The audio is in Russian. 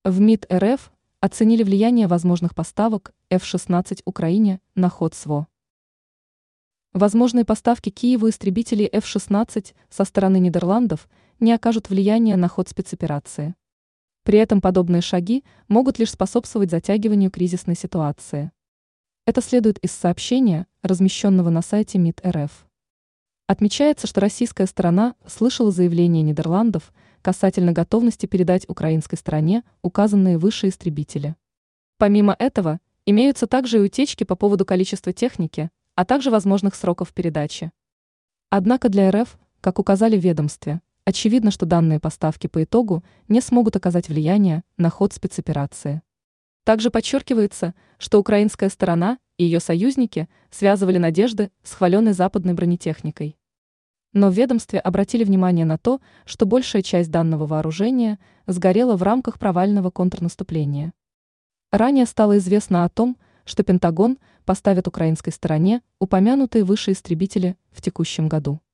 В МИД РФ оценили влияние возможных поставок F-16 Украине на ход СВО. Возможные поставки Киеву истребителей F-16 со стороны Нидерландов не окажут влияния на ход спецоперации. При этом подобные шаги могут лишь способствовать затягиванию кризисной ситуации. Это следует из сообщения, размещенного на сайте МИД РФ. Отмечается, что российская сторона слышала заявление Нидерландов касательно готовности передать украинской стороне указанные выше истребители. Помимо этого, имеются также и утечки по поводу количества техники, а также возможных сроков передачи. Однако для РФ, как указали в ведомстве, очевидно, что данные поставки по итогу не смогут оказать влияние на ход спецоперации. Также подчеркивается, что украинская сторона и ее союзники связывали надежды с хваленой западной бронетехникой. Но в ведомстве обратили внимание на то, что большая часть данного вооружения сгорела в рамках провального контрнаступления. Ранее стало известно о том, что Пентагон поставит украинской стороне упомянутые выше истребители в текущем году.